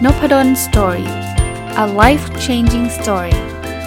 Noppadan Story. A life-changing story.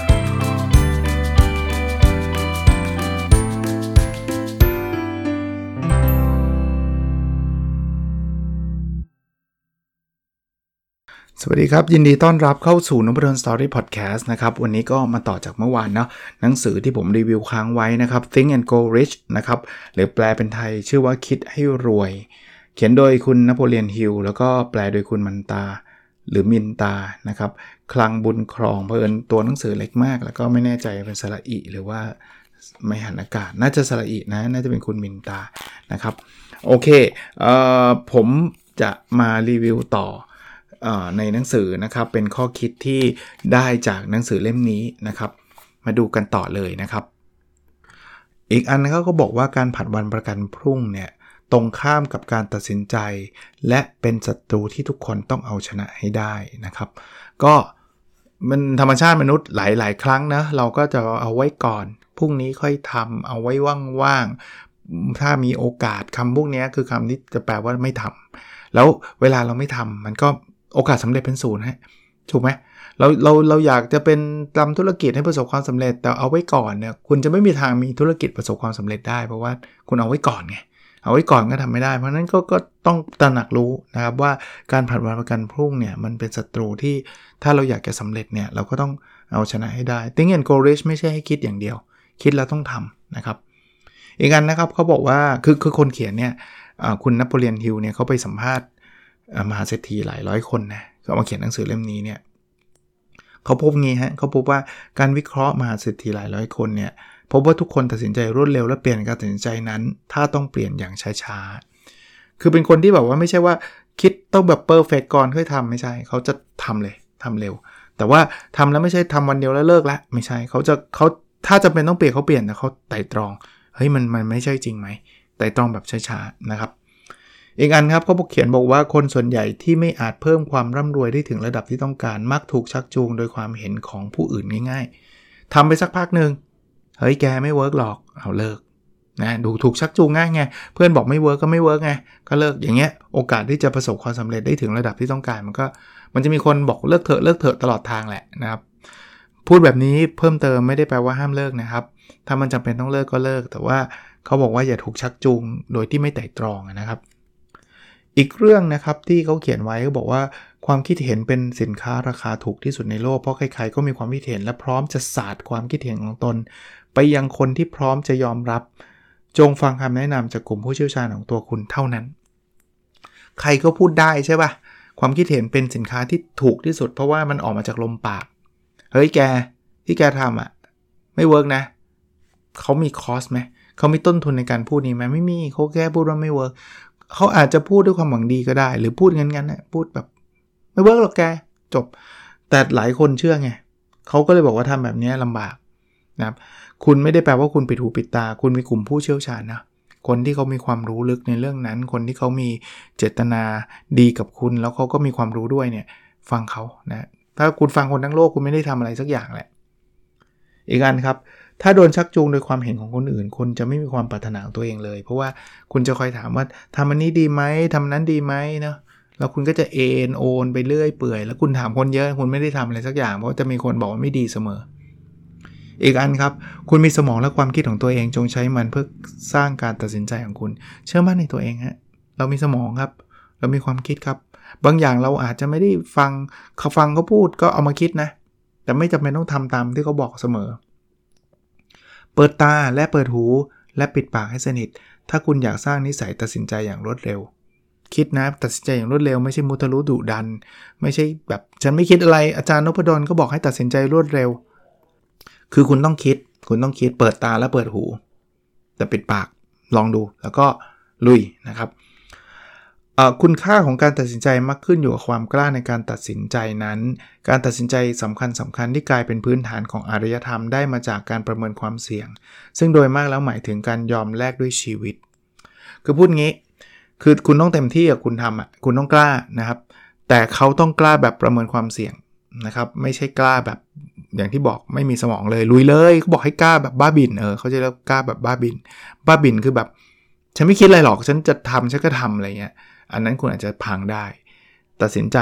สวัสดีครับยินดีต้อนรับเข้าสู่ Noppadan Story Podcast นะครับวันนี้ก็มาต่อจากเมื่อวานเนาะหนังสือที่ผมรีวิวค้างไว้นะครับ Think and Grow Rich นะครับหรือแปลเป็นไทยชื่อว่าคิดให้รวยเขียนโดยคุณนโปเลียนฮิลแล้วก็แปลโดยคุณมันตาหรือมินตานะครับคลังบุญครองเพิ่นตัวหนังสือเล็กมากแล้วก็ไม่แน่ใจเป็นสระอิหรือว่าไม่หันอากาศน่าจะสระอินะน่าจะเป็นคุณมินตานะครับโอเคผมจะมารีวิวต่อในหนังสือนะครับเป็นข้อคิดที่ได้จากหนังสือเล่มนี้นะครับมาดูกันต่อเลยนะครับอีกอันเขาก็บอกว่าการผัดวันประกันพรุ่งเนี่ยตรงข้ามกับการตัดสินใจและเป็นศัตรูที่ทุกคนต้องเอาชนะให้ได้นะครับก็มันธรรมชาติมนุษย์หลายๆครั้งนะเราก็จะเอาไว้ก่อนพรุ่งนี้ค่อยทำเอาไว้ว่างๆถ้ามีโอกาสคำพวกนี้คือคำที่จะแปลว่าไม่ทำแล้วเวลาเราไม่ทำมันก็โอกาสสำเร็จเป็นศูนย์ฮะถูกไหมเราอยากจะเป็นทำธุรกิจให้ประสบความสำเร็จแต่เอาไว้ก่อนเนี่ยคุณจะไม่มีทางมีธุรกิจประสบความสำเร็จได้เพราะว่าคุณเอาไว้ก่อนไงเอาไว้ก่อนก็ทำไม่ได้เพราะนั้นก็ต้องตระหนักรู้นะครับว่าการผัดวันประกันพรุ่งเนี่ยมันเป็นศัตรูที่ถ้าเราอยากจะสำเร็จเนี่ยเราก็ต้องเอาชนะให้ได้ Think and Grow Rich ไม่ใช่ให้คิดอย่างเดียวคิดแล้วต้องทำนะครับอีกอันนะครับเขาบอกว่าคือคนเขียนเนี่ยคุณนโปเลียนฮิลเนี่ยเขาไปสัมภาษณ์มหาเศรษฐีหลายร้อยคนนะเขามาเขียนหนังสือเล่มนี้เนี่ยเขาพบงี้ฮะเขาพบว่าการวิเคราะห์มหาเศรษฐีหลายร้อยคนเนี่ยพบว่าทุกคนตัดสินใจรวดเร็วและเปลี่ยนการตัดสินใจนั้นถ้าต้องเปลี่ยนอย่างช้าๆคือเป็นคนที่แบบว่าไม่ใช่ว่าคิดต้องแบบเพอร์เฟคก่อนค่อยทำไม่ใช่เขาจะทำเลยทำเร็วแต่ว่าทำแล้วไม่ใช่ทำวันเดียวแล้วเลิกละไม่ใช่เขาถ้าจำเป็นต้องเปลี่ยนเขาเปลี่ยนแต่เขาไต่ตรองเฮ้ยมันไม่ใช่จริงไหมไต่ตรองแบบช้าๆนะครับอีกอันครับเขาเขียนบอกว่าคนส่วนใหญ่ที่ไม่อาจเพิ่มความร่ำรวยได้ถึงระดับที่ต้องการมักถูกชักจูงโดยความเห็นของผู้อื่นง่ายๆทำไปสักพักนึงเฮ้ยแกไม่เวิร์กหรอกเอาเลิกนะถูกชักจูงง่ายไงเพื่อนบอกไม่เวิร์กก็ไม่เวิร์กไงก็เลิกอย่างเงี้ยโอกาสที่จะประสบความสำเร็จได้ถึงระดับที่ต้องการมันจะมีคนบอกเลิกเถอะตลอดทางแหละนะครับพูดแบบนี้เพิ่มเติมไม่ได้แปลว่าห้ามเลิกนะครับถ้ามันจำเป็นต้องเลิกก็เลิกแต่ว่าเขาบอกว่าอย่าถูกชักจูงโดยที่ไม่ไตร่ตรองนะครับอีกเรื่องนะครับที่เขาเขียนไว้เขาบอกว่าความคิดเห็นเป็นสินค้าราคาถูกที่สุดในโลกเพราะใครๆก็มีความคิดเห็นและพร้อมจะสาดความคิดเห็นของตนไปยังคนที่พร้อมจะยอมรับจงฟังคำแนะนำจากกลุ่มผู้เชี่ยวชาญของตัวคุณเท่านั้นใครก็พูดได้ใช่ป่ะความคิดเห็นเป็นสินค้าที่ถูกที่สุดเพราะว่ามันออกมาจากลมปากเฮ้ยแกที่แกทำอ่ะไม่เวิร์กนะเขามีคอสไหมเขามีต้นทุนในการพูดนี้ไหมไม่มีเขาแค่พูดว่าไม่เวิร์กเขาอาจจะพูดด้วยความหวังดีก็ได้หรือพูดงั้นๆนะพูดแบบไม่เวิร์กหรอกแกจบแต่หลายคนเชื่อไงเขาก็เลยบอกว่าทำแบบนี้ลำบากนะครับคุณไม่ได้แปลว่าคุณปิดหูปิดตาคุณมีกลุ่มผู้เชี่ยวชาญนะคนที่เขามีความรู้ลึกในเรื่องนั้นคนที่เขามีเจตนาดีกับคุณแล้วเขาก็มีความรู้ด้วยเนี่ยฟังเขานะถ้าคุณฟังคนทั้งโลกคุณไม่ได้ทำอะไรสักอย่างแหละอีกอันครับถ้าโดนชักจูงโดยความเห็นของคนอื่นคุณจะไม่มีความปรารถนาของตัวเองเลยเพราะว่าคุณจะคอยถามว่าทำอันนี้ดีไหมทำนั้นดีไหมเนาะแล้วคุณก็จะโอนไปเรื่อยเปื่อยแล้วคุณถามคนเยอะคุณไม่ได้ทำอะไรสักอย่างเพราะจะมีคนบอกว่าไม่ดีเสมออีกอันครับคุณมีสมองและความคิดของตัวเองจงใช้มันเพื่อสร้างการตัดสินใจของคุณเชื่อมั่นในตัวเองฮะเรามีสมองครับเรามีความคิดครับบางอย่างเราอาจจะไม่ได้ฟังเขาพูดก็เอามาคิดนะแต่ไม่จำเป็นต้องทำตามที่เขาบอกเสมอเปิดตาและเปิดหูและปิดปากให้สนิทถ้าคุณอยากสร้างนิสัยตัดสินใจอย่างรวดเร็วคิดนะตัดสินใจอย่างรวดเร็วไม่ใช่มุทะลุดุดันไม่ใช่แบบฉันไม่คิดอะไรอาจารย์นพดลก็บอกให้ตัดสินใจรวดเร็วคือคุณต้องคิดเปิดตาและเปิดหูแต่ปิดปากลองดูแล้วก็ลุยนะครับคุณค่าของการตัดสินใจมักขึ้นอยู่กับความกล้าในการตัดสินใจนั้นการตัดสินใจสำคัญที่กลายเป็นพื้นฐานของอารยธรรมได้มาจากการประเมินความเสี่ยงซึ่งโดยมากแล้วหมายถึงการยอมแลกด้วยชีวิตคือพูดงี้คือคุณต้องเต็มที่กับคุณทำอ่ะคุณต้องกล้านะครับแต่เขาต้องกล้าแบบประเมินความเสี่ยงนะครับไม่ใช่กล้าแบบอย่างที่บอกไม่มีสมองเลยลุยเลยเขาบอกให้กล้าแบบบ้าบินเขาจะเรียกกล้าแบบบ้าบินคือแบบฉันไม่คิดอะไรหรอกฉันจะทำฉันก็ทำอะไรเงี้ยอันนั้นคุณอาจจะพังได้ตัดสินใจแล้ว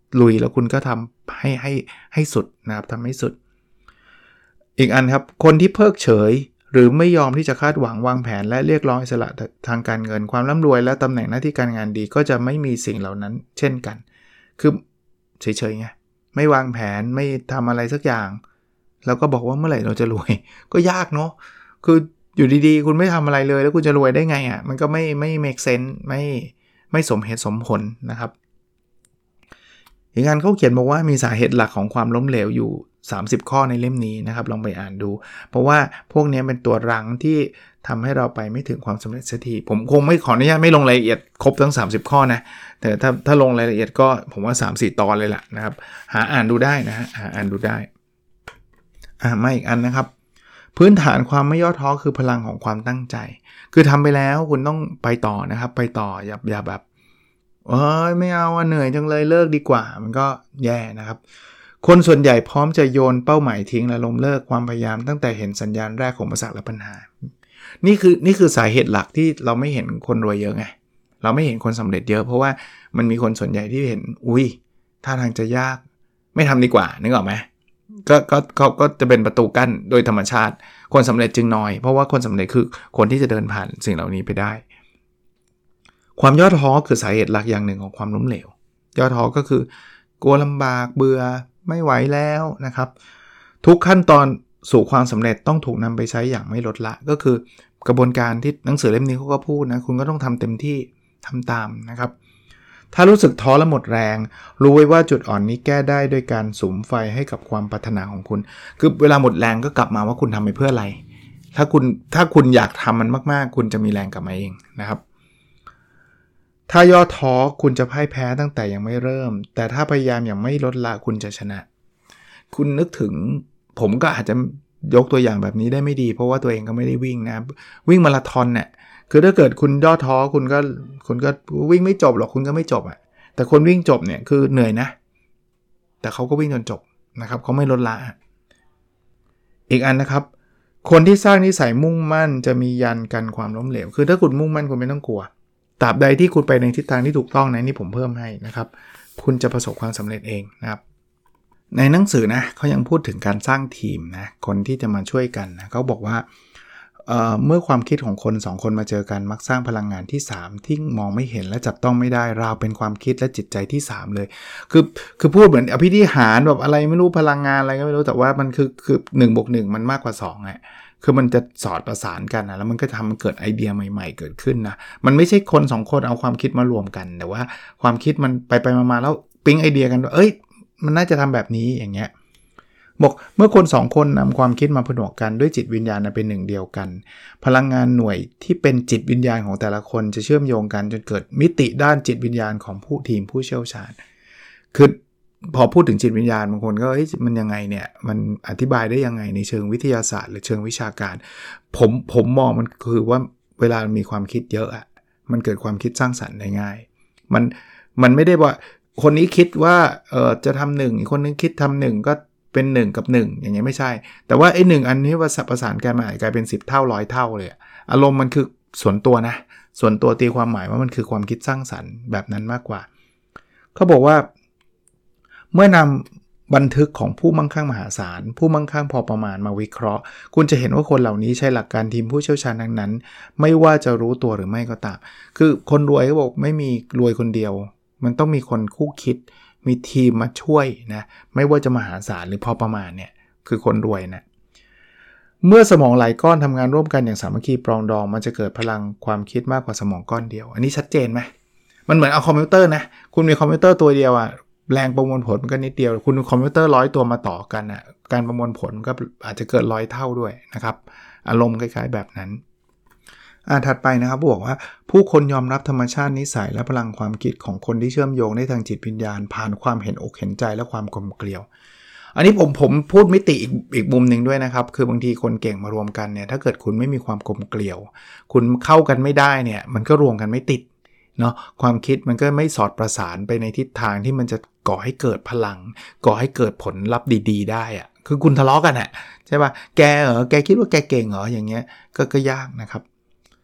ลุยแล้วคุณก็ทำให้สุดนะครับทำให้สุดอีกอันครับคนที่เพิกเฉยหรือไม่ยอมที่จะคาดหวังวางแผนและเรียกร้องอิสระทางการเงินความร่ำรวยและตำแหน่งหน้าที่การงานดีก็จะไม่มีสิ่งเหล่านั้นเช่นกันคือเฉยๆไงไม่วางแผนไม่ทำอะไรสักอย่างแล้วก็บอกว่าเมื่อไหร่เราจะรวยก็ยากเนาะคืออยู่ดีๆคุณไม่ทำอะไรเลยแล้วคุณจะรวยได้ไงอ่ะมันก็ไม่ make sense ไม่สมเหตุสมผลนะครับอีกงานเขาเขียนบอกว่ามีสาเหตุหลักของความล้มเหลวอยู่30ข้อในเล่มนี้นะครับลองไปอ่านดูเพราะว่าพวกนี้เป็นตัวรั้งที่ทำให้เราไปไม่ถึงความสำเร็จสักทีผมคงไม่ขออนุญาตไม่ลงรายละเอียดครบทั้ง30ข้อนะแต่ถ้าลงรายละเอียดก็ผมว่า 3-4 ตอนเลยล่ะนะครับหาอ่านดูได้นะฮะหาอ่านดูได้มาอีกอันนะครับพื้นฐานความไม่ย่อท้อคือพลังของความตั้งใจคือทำไปแล้วคุณต้องไปต่อนะครับไปต่ออย่าแบบไม่เอาเหนื่อยจังเลยเลิกดีกว่ามันก็แย่นะครับคนส่วนใหญ่พร้อมจะโยนเป้าหมายทิ้งและล้มเลิกความพยายามตั้งแต่เห็นสัญญาณแรกของอุปสรรคและปัญหานี่คือสาเหตุหลักที่เราไม่เห็นคนรวยเยอะไงเราไม่เห็นคนสำเร็จเยอะเพราะว่ามันมีคนส่วนใหญ่ที่เห็นท่าทางจะยากไม่ทำดีกว่านึกออกไหมก็จะเป็นประตูกั้นโดยธรรมชาติคนสำเร็จจึงน้อยเพราะว่าคนสำเร็จคือคนที่จะเดินผ่านสิ่งเหล่านี้ไปได้ความย่อท้อคือสาเหตุหลักอย่างหนึ่งของความล้มเหลวย่อท้อก็คือกลัวลำบากเบื่อไม่ไหวแล้วนะครับทุกขั้นตอนสู่ความสำเร็จต้องถูกนำไปใช้อย่างไม่ลดละก็คือกระบวนการที่หนังสือเล่มนี้เขาก็พูดนะคุณก็ต้องทำเต็มที่ทำตามนะครับถ้ารู้สึกท้อและหมดแรงรู้ไว้ว่าจุดอ่อนนี้แก้ได้โดยการสุมไฟให้กับความปรารถนาของคุณคือเวลาหมดแรงก็กลับมาว่าคุณทำไปเพื่ออะไรถ้าคุณอยากทำมันมากๆคุณจะมีแรงกลับมาเองนะครับถ้าย่อท้อคุณจะพ่ายแพ้ตั้งแต่ยังไม่เริ่มแต่ถ้าพยายามอย่างไม่ลดละคุณจะชนะคุณนึกถึงผมก็อาจจะยกตัวอย่างแบบนี้ได้ไม่ดีเพราะว่าตัวเองก็ไม่ได้วิ่งนะวิ่งมาราธอนเนี่ยคือถ้าเกิดคุณย่อท้อคุณก็วิ่งไม่จบหรอกคุณก็ไม่จบอ่ะแต่คนวิ่งจบเนี่ยคือเหนื่อยนะแต่เขาก็วิ่งจนจบนะครับเขาไม่ลดละอีกอันนะครับคนที่สร้างนิสัยมุ่งมั่นจะมียันกันความล้มเหลวคือถ้าคุณมุ่งมั่นคุณไม่ต้องกลัวตราบใดที่คุณไปในทิศทางที่ถูกต้องนะนี่ผมเพิ่มให้นะครับคุณจะประสบความสำเร็จเองนะครับในหนังสือนะเขายังพูดถึงการสร้างทีมนะคนที่จะมาช่วยกันนะเขาบอกว่าเมื่อความคิดของคน2คนมาเจอกันมักสร้างพลังงานที่3ที่มองไม่เห็นและจับต้องไม่ได้ราวเป็นความคิดและจิตใจที่3เลยคือพูดเหมือนอภินิหารแบบอะไรไม่รู้พลังงานอะไรก็ไม่รู้แต่ว่ามันคือ1 บวก 1มันมากกว่า2อ่ะคือมันจะสอดประสานกันนะแล้วมันก็ทำให้เกิดไอเดียใหม่ๆเกิดขึ้นนะมันไม่ใช่คน2คนเอาความคิดมารวมกันแต่ว่าความคิดมันไปมาแล้วปิ๊งไอเดียกันว่ามันน่าจะทำแบบนี้อย่างเงี้ยบอกเมื่อคน2คนนำความคิดมาผนวกกันด้วยจิตวิญญาณเป็นหนึ่งเดียวกันพลังงานหน่วยที่เป็นจิตวิญญาณของแต่ละคนจะเชื่อมโยงกันจนเกิดมิติด้านจิตวิญญาณของทีมผู้เชี่ยวชาญคือพอพูดถึงจิตวิญญาณบางคนก็มันยังไงเนี่ยมันอธิบายได้ยังไงในเชิงวิทยาศาสตร์หรือเชิงวิชาการผมมองมันคือว่าเวลามีความคิดเยอะมันเกิดความคิดสร้างสรรค์ได้ง่ายมันไม่ได้ว่าคนนี้คิดว่าจะทำ1อีกคนนึงคิดทำ1ก็เป็น1กับ1อย่างเงี้ยไม่ใช่แต่ว่าไอ้1อันนี้ว่าประสานกันมากลายเป็น10เท่า100เท่าเลยอารมณ์มันคือส่วนตัวนะส่วนตัวตีความหมายว่ามันคือความคิดสร้างสรรค์แบบนั้นมากกว่าเขาบอกว่าเมื่อนำบันทึกของผู้มั่งคั่งมหาศาลผู้มั่งคั่งพอประมาณมาวิเคราะห์คุณจะเห็นว่าคนเหล่านี้ใช้หลักการทีมผู้เชี่ยวชาญทั้งนั้นไม่ว่าจะรู้ตัวหรือไม่ก็ตามคือคนรวยเขาบอกไม่มีรวยคนเดียวมันต้องมีคนคู่คิดมีทีมมาช่วยนะไม่ว่าจะมหาศาลหรือพอประมาณเนี่ยคือคนรวยนะเมื่อสมองหลายก้อนทำงานร่วมกันอย่างสามัคคีปรองดองมันจะเกิดพลังความคิดมากกว่าสมองก้อนเดียวอันนี้ชัดเจนไหมมันเหมือนเอาคอมพิวเตอร์นะคุณมีคอมพิวเตอร์ตัวเดียวแรงประมวลผลมันก็นิดเดียวคุณคอมพิวเตอร์100ตัวมาต่อกันการประมวลผลก็อาจจะเกิด100เท่าด้วยนะครับอารมณ์คล้ายๆแบบนั้นถัดไปนะครับบอกว่าผู้คนยอมรับธรรมชาตินิสัยและพลังความคิดของคนที่เชื่อมโยงได้ทางจิตวิญญาณผ่านความเห็นอกเห็นใจและความกลมเกลียวอันนี้ผมพูดมิติอีกมุมนึงด้วยนะครับคือบางทีคนเก่งมารวมกันเนี่ยถ้าเกิดคุณไม่มีความกลมเกลียวคุณเข้ากันไม่ได้เนี่ยมันก็รวมกันไม่ติดเนาะความคิดมันก็ไม่สอดประสานไปในทิศทางที่มันจะก่อให้เกิดพลังก่อให้เกิดผลลัพธ์ดีๆได้คือคุณทะเลาะกันใช่ป่ะแกคิดว่าแกเก่งเหรออย่างเงี้ยก็ยากนะครับ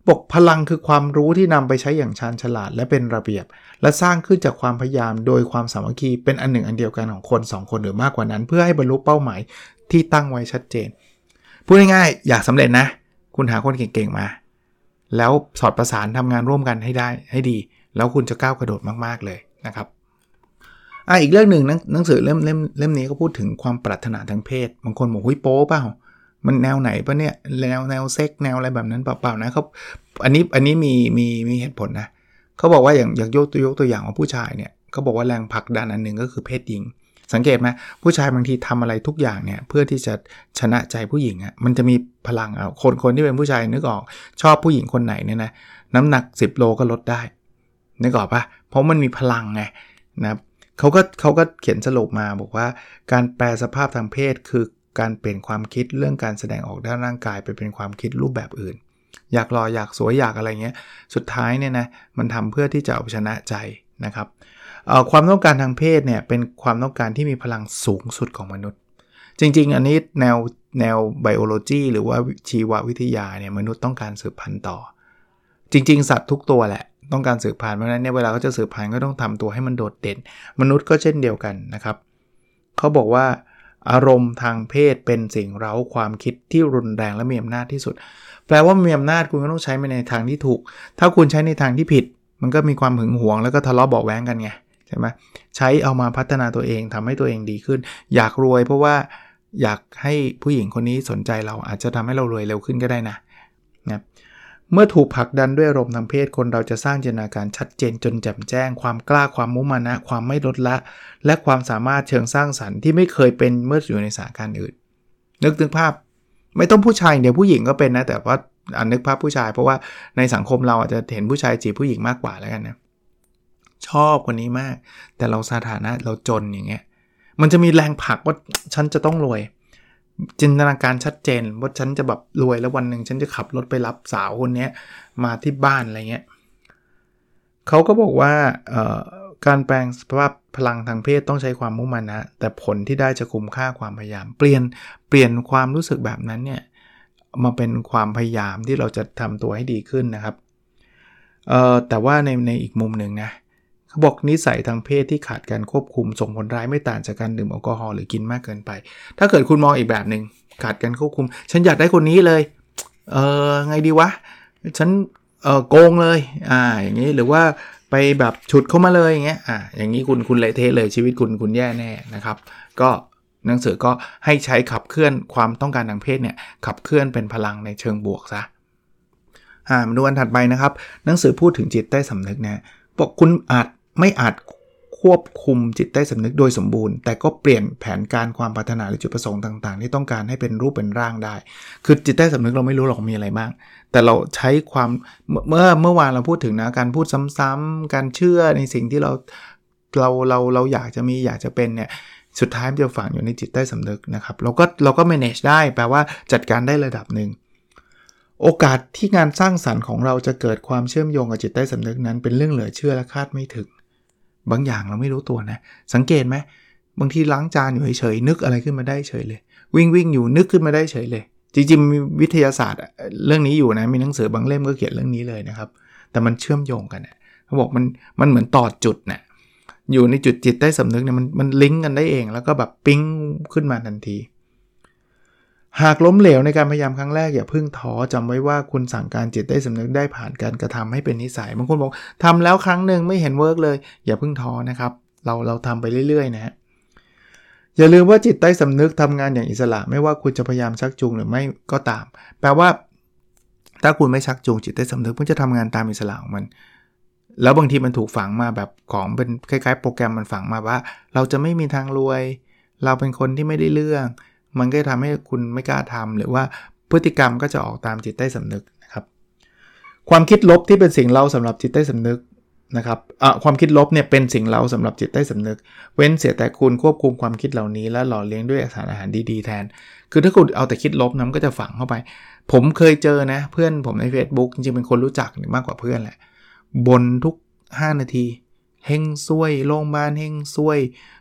บอกพลังคือความรู้ที่นำไปใช้อย่างชาญฉลาดและเป็นระเบียบและสร้างขึ้นจากความพยายามโดยความสามัคคีเป็นอันหนึ่งอันเดียวกันของคน2คนหรือมากกว่านั้นเพื่อให้บรรลุเป้าหมายที่ตั้งไว้ชัดเจนพูดง่ายๆอยากสำเร็จนะคุณหาคนเก่งๆมาแล้วสอดประสานทำงานร่วมกันให้ได้ให้ดีแล้วคุณจะก้าวกระโดดมากๆเลยนะครับอีกเรื่องหนึ่งหนังสือเล่มนี้ก็พูดถึงความปรารถนาทางเพศบางคนบอกหุ้ยโป๊เปล่ามันแนวไหนปะเนี่ยแนวเซ็กแนวอะไรแบบนั้นเปล่าๆนะครับอันนี้มีเหตุผลนะเขาบอกว่าอย่างยกตัวอย่างของผู้ชายเนี่ยเขาบอกว่าแรงผลักดันอันนึงก็คือเพศหญิงสังเกตไหมผู้ชายบางทีทำอะไรทุกอย่างเนี่ยเพื่อที่จะชนะใจผู้หญิงอ่ะมันจะมีพลังคนที่เป็นผู้ชายนึกออกชอบผู้หญิงคนไหนเนี่ยนะน้ำหนัก10 โลก็ลดได้นึกออกปะเพราะมันมีพลังไงนะครับเขาก็เขียนสรุปมาบอกว่าการแปลสภาพทางเพศคือการเปลี่ยนความคิดเรื่องการแสดงออกด้านร่างกายไปเป็นความคิดรูปแบบอื่นอยากหล่ออยากสวยอยากอะไรเงี้ยสุดท้ายเนี่ยนะมันทำเพื่อที่จะเอาชนะใจนะครับความต้องการทางเพศเนี่ยเป็นความต้องการที่มีพลังสูงสุดของมนุษย์จริงๆอันนี้แนวไบโอโลจีหรือว่าชีววิทยาเนี่ยมนุษย์ต้องการสืบพันธุ์ต่อจริงๆสัตว์ทุกตัวแหละต้องการสืบพันธุ์เพราะฉะนั้นเนี่ยเวลาเขาจะสืบพันธุ์ก็ต้องทำตัวให้มันโดดเด่นมนุษย์ก็เช่นเดียวกันนะครับเขาบอกว่าอารมณ์ทางเพศเป็นสิ่งเร้าความคิดที่รุนแรงและมีอำนาจที่สุดแปลว่ามีอำนาจคุณก็ต้องใช้ในทางที่ถูกถ้าคุณใช้ในทางที่ผิดมันก็มีความหึงหวงแล้วก็ทะเลาะเบาะแว้งกันไงใช่ไหมใช้เอามาพัฒนาตัวเองทำให้ตัวเองดีขึ้นอยากรวยเพราะว่าอยากให้ผู้หญิงคนนี้สนใจเราอาจจะทำให้เรารวยเร็วขึ้นก็ได้นะเมื่อถูกผลักดันด้วยอารมณ์ทางเพศคนเราจะสร้างจินตนาการชัดเจนจนแจ่มแจ้งความกล้าความมุมานะความไม่ลดละและความสามารถเชิงสร้างสรรค์ที่ไม่เคยเป็นเมื่ออยู่ในสถานการณ์อื่นนึกถึงภาพไม่ต้องผู้ชายเดี๋ยวผู้หญิงก็เป็นนะแต่ว่านึกภาพผู้ชายเพราะว่าในสังคมเราอาจจะเห็นผู้ชายจีบผู้หญิงมากกว่าแล้วกันนะชอบคนนี้มากแต่เราสถานะเราจนอย่างเงี้ยมันจะมีแรงผลักว่าฉันจะต้องรวยจินตนาการชัดเจนว่าฉันจะแบบรวยแล้ววันหนึ่งฉันจะขับรถไปรับสาวคนนี้มาที่บ้านอะไรเงี้ยเขาก็บอกว่าการแปลงสภาพพลังทางเพศต้องใช้ความมุ่งมั่นนะแต่ผลที่ได้จะคุ้มค่าความพยายามเปลี่ยนความรู้สึกแบบนั้นเนี่ยมาเป็นความพยายามที่เราจะทำตัวให้ดีขึ้นนะครับแต่ว่าในอีกมุมหนึ่งนะเขาบอกนิสัยทางเพศที่ขาดการควบคุมส่งผลร้ายไม่ต่างจากการดื่มแอลกอฮอล์หรือกินมากเกินไปถ้าเกิดคุณมองอีกแบบนึงขาดการควบคุมฉันอยากได้คนนี้เลยไงดีวะฉันโกงเลยอย่างนี้หรือว่าไปแบบฉุดเข้ามาเลยอย่างเงี้ยอย่างนี้คุณเละเทะเลยชีวิตคุณแย่แน่นะครับก็หนังสือก็ให้ใช้ขับเคลื่อนความต้องการทางเพศเนี่ยขับเคลื่อนเป็นพลังในเชิงบวกซะมาดูอันถัดไปนะครับหนังสือพูดถึงจิตใต้สำนึกนะบอกคุณไม่อาจควบคุมจิตใต้สำนึกโดยสมบูรณ์แต่ก็เปลี่ยนแผนการความปรารถนาหรือจุดประสงค์ต่างๆที่ต้องการให้เป็นรูปเป็นร่างได้คือจิตใต้สำนึกเราไม่รู้หรอกมีอะไรบ้างแต่เราใช้ความเมื่อวานเราพูดถึงนะการพูดซ้ำๆการเชื่อในสิ่งที่เราอยากจะมีอยากจะเป็นเนี่ยสุดท้ายมันจะฝังอยู่ในจิตใต้สำนึกนะครับเราก็ manage ได้แปลว่าจัดการได้ระดับนึงโอกาสที่งานสร้างสรรค์ของเราจะเกิดความเชื่อมโยงกับจิตใต้สำนึกนั้นเป็นเรื่องเหลือเชื่อและคาดไม่ถึงบางอย่างเราไม่รู้ตัวนะสังเกตไหมบางทีล้างจานอยู่เฉยๆนึกอะไรขึ้นมาได้เฉยเลยวิ่งอยู่นึกขึ้นมาได้เฉยเลยจริงๆมีวิทยาศาสตร์เรื่องนี้อยู่นะมีหนังสือบางเล่มก็เขียนเรื่องนี้เลยนะครับแต่มันเชื่อมโยงกันนะเขาบอกมันเหมือนต่อจุดนะอยู่ในจุดจิตใต้สำนึกเนี่ยมันลิงก์กันได้เองแล้วก็แบบปิ๊งขึ้นมาทันทีหากล้มเหลวในการพยายามครั้งแรกอย่าเพิ่งท้อจำไว้ว่าคุณสั่งการจิตใต้สำนึกได้ผ่านการกระทำให้เป็นนิสัยบางคนบอกทำแล้วครั้งหนึ่งไม่เห็นเวิร์กเลยอย่าเพิ่งท้อนะครับเราทำไปเรื่อยๆนะฮะอย่าลืมว่าจิตใต้สำนึกทำงานอย่างอิสระไม่ว่าคุณจะพยายามชักจูงหรือไม่ก็ตามแปลว่าถ้าคุณไม่ชักจูงจิตใต้สำนึกมันจะทำงานตามอิสระของมันแล้วบางทีมันถูกฝังมาแบบของเป็นคล้ายๆโปรแกรมมันฝังมาว่าเราจะไม่มีทางรวยเราเป็นคนที่ไม่ได้เรื่องมันก็ทำให้คุณไม่กล้าทำหรือว่าพฤติกรรมก็จะออกตามจิตใต้สำนึกนะครับความคิดลบที่เป็นสิ่งเร้าสำหรับจิตใต้สำนึกนะครับความคิดลบเนี่ยเป็นสิ่งเร้าสำหรับจิตใต้สำนึกเว้นเสียแต่คุณควบคุมความคิดเหล่านี้และหล่อเลี้ยงด้วยสารอาหารดีๆแทนคือถ้าคุณเอาแต่คิดลบนั้นก็จะฝังเข้าไปผมเคยเจอนะเพื่อนผมใน Facebook จริงๆเป็นคนรู้จักมากกว่าเพื่อนแหละบ่นทุก5นาทีเฮงซวยโรงพยาบาลเฮงซวย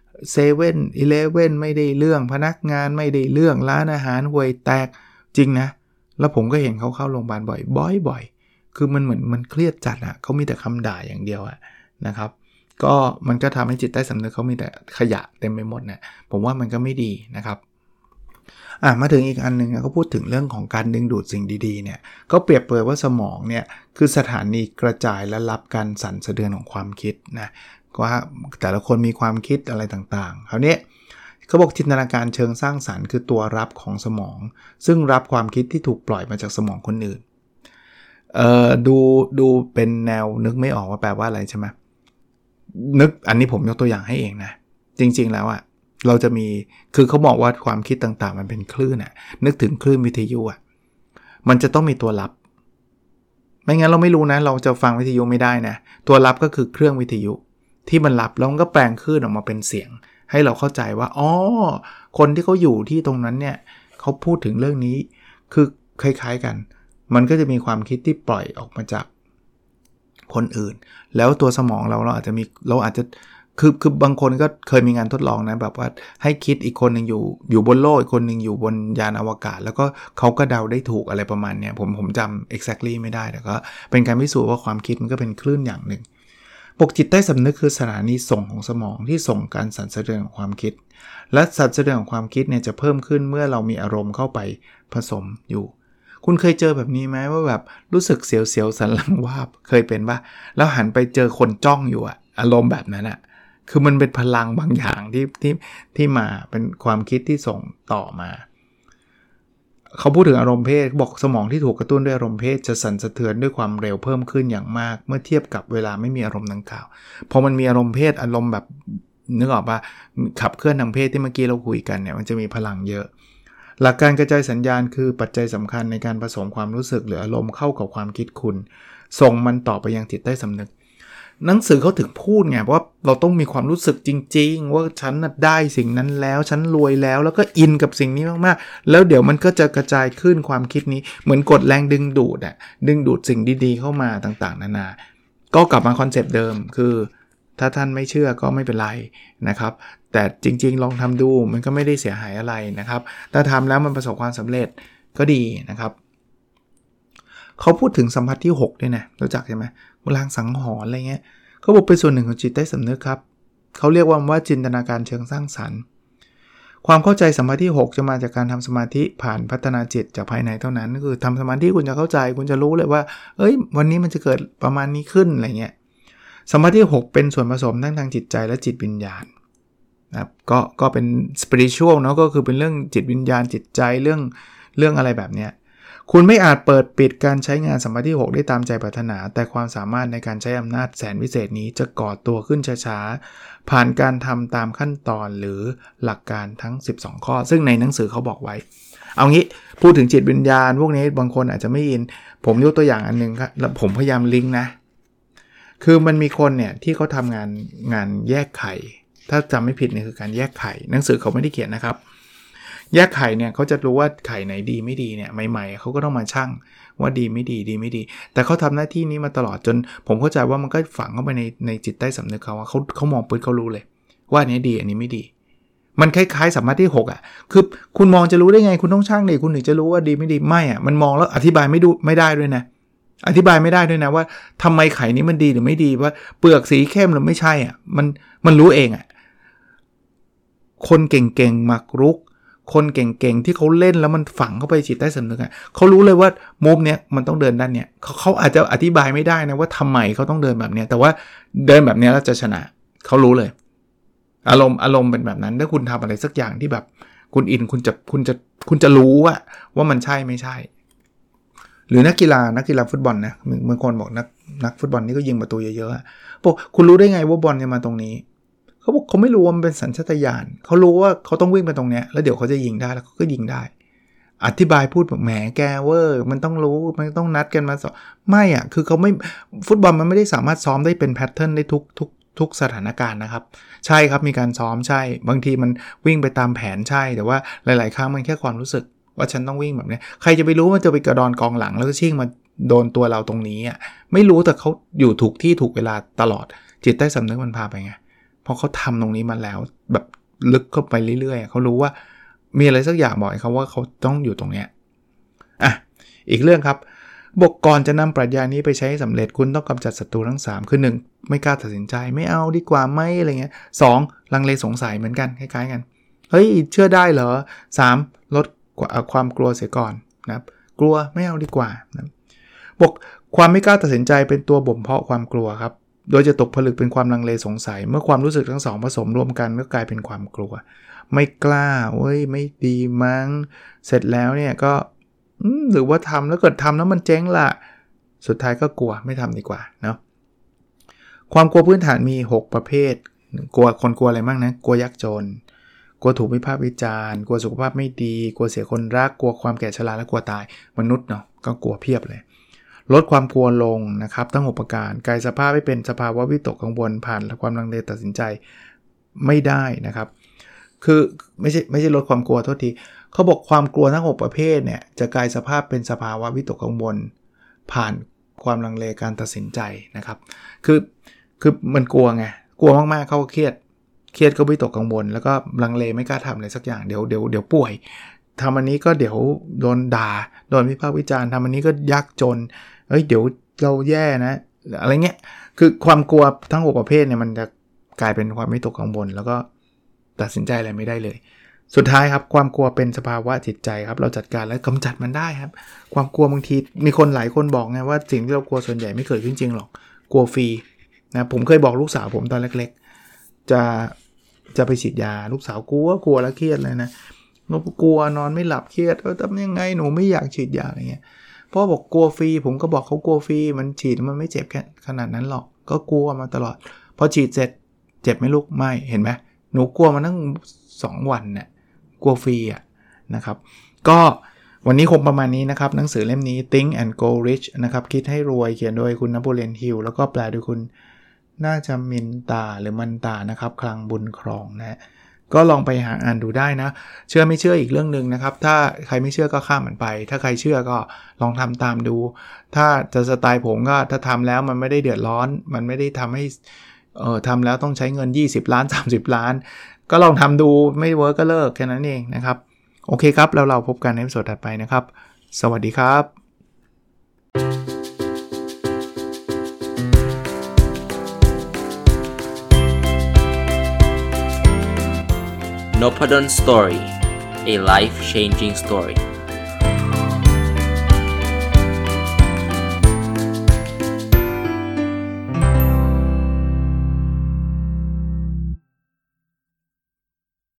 7-Eleven ไม่ได้เรื่องพนักงานไม่ได้เรื่องร้านอาหารห่วยแตกจริงนะแล้วผมก็เห็นเขาเข้าโรงพยาบาลบ่อยคือมันเหมือนมันเครียดจัดเขามีแต่คำด่าอย่างเดียวนะครับก็มันก็ทำให้จิตใต้สำนึกเขามีแต่ขยะเต็มไปหมดนะผมว่ามันก็ไม่ดีนะครับมาถึงอีกอันนึงเขาพูดถึงเรื่องของการดึงดูดสิ่งดีๆเนี่ยก็เปรียบเปรยว่าสมองเนี่ยคือสถานีกระจายและรับการสั่นสะเทือนของความคิดนะว่าแต่ละคนมีความคิดอะไรต่างๆคราวนี้เขาบอกจินตนาการเชิงสร้างสรรค์คือตัวรับของสมองซึ่งรับความคิดที่ถูกปล่อยมาจากสมองคนอื่นดูเป็นแนวนึกไม่ออกว่าแปลว่าอะไรใช่ไหมนึกอันนี้ผมยกตัวอย่างให้เองนะจริงๆแล้วเราจะมีคือเขาบอกว่าความคิดต่างๆมันเป็นคลื่นนึกถึงคลื่นวิทยุมันจะต้องมีตัวรับไม่งั้นเราไม่รู้นะเราจะฟังวิทยุไม่ได้นะตัวรับก็คือเครื่องวิทยุที่มันรับแล้วมันก็แปลงคลื่นออกมาเป็นเสียงให้เราเข้าใจว่าคนที่เขาอยู่ที่ตรงนั้นเนี่ยเขาพูดถึงเรื่องนี้คือคล้ายๆกันมันก็จะมีความคิดที่ปล่อยออกมาจากคนอื่นแล้วตัวสมองเราอาจจะคือบางคนก็เคยมีงานทดลองนะแบบว่าให้คิดอีกคนนึงอยู่บนโลกอีกคนนึงอยู่บนยานอวกาศแล้วก็เขาก็เดาได้ถูกอะไรประมาณเนี้ยผมจำ exactly ไม่ได้แต่ก็เป็นการพิสูจน์ว่าความคิดมันก็เป็นคลื่นอย่างหนึ่งปกจิตใต้สำนึกคือสถานีส่งของสมองที่ส่งการสั่นสะเทือนของความคิดและสั่นสะเทือนของความคิดเนี่ยจะเพิ่มขึ้นเมื่อเรามีอารมณ์เข้าไปผสมอยู่คุณเคยเจอแบบนี้ไหมว่าแบบรู้สึกเสียวๆสันหลังวาบเคยเป็นป่ะแล้วหันไปเจอคนจ้องอยู่อารมณ์แบบนั้นคือมันเป็นพลังบางอย่างที่มาเป็นความคิดที่ส่งต่อมาเขาพูดถึงอารมณ์เพศบอกสมองที่ถูกกระตุ้นด้วยอารมณ์เพศจะสั่นสะเทือนด้วยความเร็วเพิ่มขึ้นอย่างมากเมื่อเทียบกับเวลาไม่มีอารมณ์ดังกล่าวพอมันมีอารมณ์เพศอารมณ์แบบนึกออกป่ะขับเคลื่อนทางเพศที่เมื่อกี้เราคุยกันเนี่ยมันจะมีพลังเยอะหลักการกระจายสัญญาณคือปัจจัยสำคัญในการผสมความรู้สึกหรืออารมณ์เข้ากับความคิดคุณส่งมันต่อไปยังจิตใต้สำนึกหนังสือเขาถึงพูดไงว่าเราต้องมีความรู้สึกจริงๆว่าฉันได้สิ่งนั้นแล้วฉันรวยแล้วก็อินกับสิ่งนี้มากๆแล้วเดี๋ยวมันก็จะกระจายขึ้นความคิดนี้เหมือนกดแรงดึงดูดดึงดูดสิ่งดีๆเข้ามาต่างๆนานาก็กลับมาคอนเซปต์เดิมคือถ้าท่านไม่เชื่อก็ไม่เป็นไรนะครับแต่จริงๆลองทำดูมันก็ไม่ได้เสียหายอะไรนะครับถ้าทำแล้วมันประสบความสำเร็จก็ดีนะครับเขาพูดถึงสัมผัสที่6ด้วยนะรู้จักใช่ไหมลางสังหรณ์อะไรเงี้ยเขาบอกเป็นส่วนหนึ่งของจิตใต้สำนึกครับเขาเรียกว่าจินตนาการเชิงสร้างสรรค์ความเข้าใจสัมผัสที่6จะมาจากการทำสมาธิผ่านพัฒนาจิตจากภายในเท่านั้นก็คือทำสมาธิคุณจะเข้าใจคุณจะรู้เลยว่าวันนี้มันจะเกิดประมาณนี้ขึ้นอะไรเงี้ยสมาธิที่6เป็นส่วนผสมทั้งทางจิตใจและจิตวิญญาณนะครับก็เป็น spiritual เนาะก็คือเป็นเรื่องจิตวิญญาณจิตใจเรื่องอะไรแบบเนี้ยคุณไม่อาจเปิดปิดการใช้งานสัมผัสที่6ได้ตามใจปรารถนาแต่ความสามารถในการใช้อำนาจแสนวิเศษนี้จะก่อตัวขึ้นช้าๆผ่านการทำตามขั้นตอนหรือหลักการทั้ง12ข้อซึ่งในหนังสือเขาบอกไว้เอางี้พูดถึงจิตวิญญาณพวกนี้บางคนอาจจะไม่อินผมยกตัวอย่างอันนึงครับแล้วผมพยายามลิงก์นะคือมันมีคนเนี่ยที่เขาทำงานแยกไข่ถ้าจำไม่ผิดเนี่ยคือการแยกไข่หนังสือเขาไม่ได้เขียนนะครับแยกไข่เนี่ยเขาจะรู้ว่าไข่ไหนดีไม่ดีเนี่ยใหม่ๆเขาก็ต้องมาชั่งว่าดีไม่ดีแต่เขาทำหน้าที่นี้มาตลอดจนผมเข้าใจว่ามันก็ฝังเข้าไปในจิตใต้สำนึกเขาว่าเขามองปุ๊บเขารู้เลยว่าอันนี้ดีอันนี้ไม่ดีมันคล้ายๆสัมผัสที่6คือคุณมองจะรู้ได้ไงคุณต้องชั่งดิคุณถึงจะรู้ว่าดีไม่ดีไม่มันมองแล้วอธิบายไม่ได้ด้วยนะอธิบายไม่ได้ด้วยนะว่าทำไมไข่นี้มันดีหรือไม่ดีว่าเปลือกสีเข้มหรือไม่ใช่มันรู้เองคนเก่งๆหมากรุกคนเก่งๆที่เขาเล่นแล้วมันฝังเข้าไปจิตใต้สำนึกเขารู้เลยว่ามูฟเนี้ยมันต้องเดินด้านเนี้ยเขาอาจจะอธิบายไม่ได้นะว่าทำไมเขาต้องเดินแบบเนี้ยแต่ว่าเดินแบบเนี้ยแล้วจะชนะเขารู้เลยอารมณ์เป็นแบบนั้นถ้าคุณทำอะไรสักอย่างที่แบบคุณอินคุณจะรู้ว่ามันใช่ไม่ใช่หรือนักกีฬาฟุตบอลนะบางคนบอกนักฟุตบอลนี่ก็ยิงประตูเยอะๆบอกคุณรู้ได้ไงว่าบอลจะมาตรงนี้เขาบอกเขาไม่รู้ว่ามันเป็นสัญชาตญาณเขารู้ว่าเขาต้องวิ่งไปตรงเนี้ยแล้วเดี๋ยวเขาจะยิงได้แล้วเขาก็ยิงได้อธิบายพูดแบบแหมแกเวอร์มันต้องรู้มันต้องนัดกันมาซ้อมไม่คือเขาไม่ฟุตบอลมันไม่ได้สามารถซ้อมได้เป็นแพทเทิร์นได้ทุกสถานการณ์นะครับใช่ครับมีการซ้อมใช่บางทีมันวิ่งไปตามแผนใช่แต่ว่าหลายๆครั้งมันแค่ความรู้สึกว่าฉันต้องวิ่งแบบนี้ใครจะไปรู้มันจะไปกระดอนกองหลังแล้วก็ชิ่งมาโดนตัวเราตรงนี้ไม่รู้แต่เขาอยู่ถูกที่ถูกเวลาตลอดจิตใต้สำนึกมันพาไปไงเพราะเขาทำตรงนี้มาแล้วแบบลึกเข้าไปเรื่อยๆเขารู้ว่ามีอะไรสักอย่างบอกให้เขาว่าเขาต้องอยู่ตรงเนี้ยอีกเรื่องครับบอกก่อนจะนำปรัชญานี้ไปใช้ให้สำเร็จคุณต้องกำจัดศัตรูทั้ง3คือ1ไม่กล้าตัดสินใจไม่เอาดีกว่าไหมอะไรเงี้ย2ลังเลสงสัยเหมือนกันคล้ายๆกันเฮ้ยเชื่อได้เหรอ3ลดความกลัวเสียก่อนนะครับกลัวไม่เอาดีกว่านะบอกความไม่กล้าตัดสินใจเป็นตัวบ่มเพาะความกลัวครับโดยจะตกผลึกเป็นความลังเลสงสัยเมื่อความรู้สึกทั้ง2ผสมรวมกันก็กลายเป็นความกลัวไม่กล้าเว้ยไม่ดีมั้งเสร็จแล้วเนี่ยก็หรือว่าทำแล้วเกิดทำแล้วมันเจ๊งล่ะสุดท้ายก็กลัวไม่ทำดีกว่าเนาะความกลัวพื้นฐานมี6ประเภทกลัวคนกลัวอะไรบ้างนะกลัวยากจนกลัวถูกวิพากษ์วิจารณ์กลัวสุขภาพไม่ดีกลัวเสียคนรักกลัวความแก่ชราและกลัวตายมนุษย์เนาะก็กลัวเพียบเลยลดความกลัวลงนะครับทั้ง6ประการกายสภาพให้เป็นสภาวะวิตกกังวลผ่านและความลังเลตัดสินใจไม่ได้นะครับคือไม่ใช่ลดความกลัวโทษทีเขาบอกความกลัวทั้ง6ประเภทเนี่ยจะกลายสภาพเป็นสภาวะวิตกกังวลผ่านความลังเลการตัดสินใจนะครับคือมันกลัวไงกลัวมากๆเขาก็เครียดก็วิตกกังวลแล้วก็ลังเลไม่กล้าทำอะไรสักอย่างเดี๋ยวป่วยทำอันนี้ก็เดี๋ยวโดนด่าโดนวิพากษ์วิจารณ์ทำอันนี้ก็ยากจนเดี๋ยวเราแย่นะอะไรเงี้ยคือความกลัวทั้ง6ประเภทเนี่ยมันจะกลายเป็นความวิตกกังวลแล้วก็ตัดสินใจอะไรไม่ได้เลยสุดท้ายครับความกลัวเป็นสภาวะจิตใจครับเราจัดการและกำจัดมันได้ครับความกลัวบางทีมีคนหลายคนบอกไงว่าสิ่งที่เรากลัวส่วนใหญ่ไม่เกิดขึ้นจริงหรอกกลัวฟรีนะผมเคยบอกลูกสาวผมตอนเล็กๆจะไปฉีดยาลูกสาวกลัวแล้วเครียดเลยนะหนูกลัวนอนไม่หลับเครียดทำยังไงหนูไม่อยากฉีดยาอะไรเงี้ยพ่อบอกกลัวฟรีผมก็บอกเขากลัวฟรีมันฉีดมันไม่เจ็บแค่ขนาดนั้นหรอกก็กลัวมาตลอดพอฉีดเสร็จเจ็บไหมลูกไม่เห็นไหมหนูกลัวมาตั้ง2 วันเนี่ยกลัวฟรีอ่ะนะครับก็วันนี้คงประมาณนี้นะครับหนังสือเล่มนี้ Think and Go Rich นะครับคิดให้รวยเขียนโดยคุณนโปเลียนฮิลแล้วก็แปลโดยคุณน่าจะมินตาหรือมันตานะครับคลังบุญครองนะก็ลองไปหาอ่านดูได้นะเชื่อไม่เชื่ออีกเรื่องนึงนะครับถ้าใครไม่เชื่อก็ข้ามมันไปถ้าใครเชื่อก็ลองทำตามดูถ้าจะสไตล์ผมก็ถ้าทำแล้วมันไม่ได้เดือดร้อนมันไม่ได้ทำให้ทำแล้วต้องใช้เงิน20ล้าน30ล้านก็ลองทำดูไม่เวิร์กก็เลิกแค่นั้นเองนะครับโอเคครับแล้วเราพบกันในตอนถัดไปนะครับสวัสดีครับ Nopadon Story, a life-changing story.